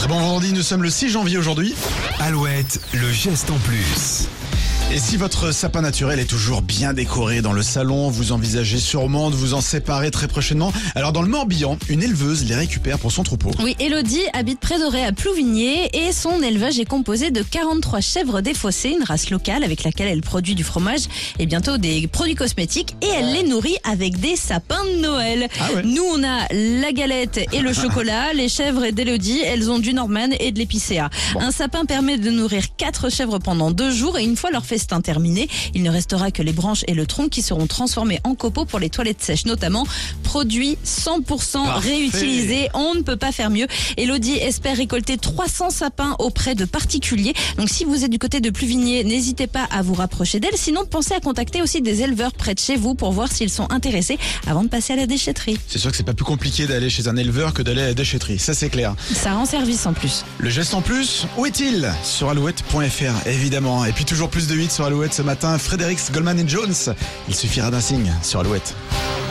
Très bon vendredi, nous sommes le 6 janvier aujourd'hui. Alouette, le geste en plus. Et si votre sapin naturel est toujours bien décoré dans le salon, vous envisagez sûrement de vous en séparer très prochainement. Alors dans le Morbihan, une éleveuse les récupère pour son troupeau. Oui, Elodie habite près d'Auray à Plouvigné et son élevage est composé de 43 chèvres défaussées, une race locale avec laquelle elle produit du fromage et bientôt des produits cosmétiques et elle les nourrit avec des sapins de Noël. Ah ouais. Nous, on a la galette et le chocolat. Les chèvres d'Elodie, elles ont du Norman et de l'épicéa. Bon. Un sapin permet de nourrir 4 chèvres pendant 2 jours et une fois leur festin terminé, il ne restera que les branches et le tronc qui seront transformés en copeaux pour les toilettes sèches notamment. Produits 100% Parfait. réutilisés, on ne peut pas faire mieux. Elodie espère récolter 300 sapins auprès de particuliers. Donc si vous êtes du côté de Pluvigné, n'hésitez pas à vous rapprocher d'elle. Sinon, pensez à contacter aussi des éleveurs près de chez vous pour voir s'ils sont intéressés avant de passer à la déchetterie. C'est sûr que c'est pas plus compliqué d'aller chez un éleveur que d'aller à la déchetterie, ça c'est clair. Ça rend service en plus. Le geste en plus, où est-il? Sur alouette.fr évidemment. Et puis toujours plus de hits sur Alouette ce matin, Frédéric Goldman et Jones. Il suffira d'un signe sur Alouette.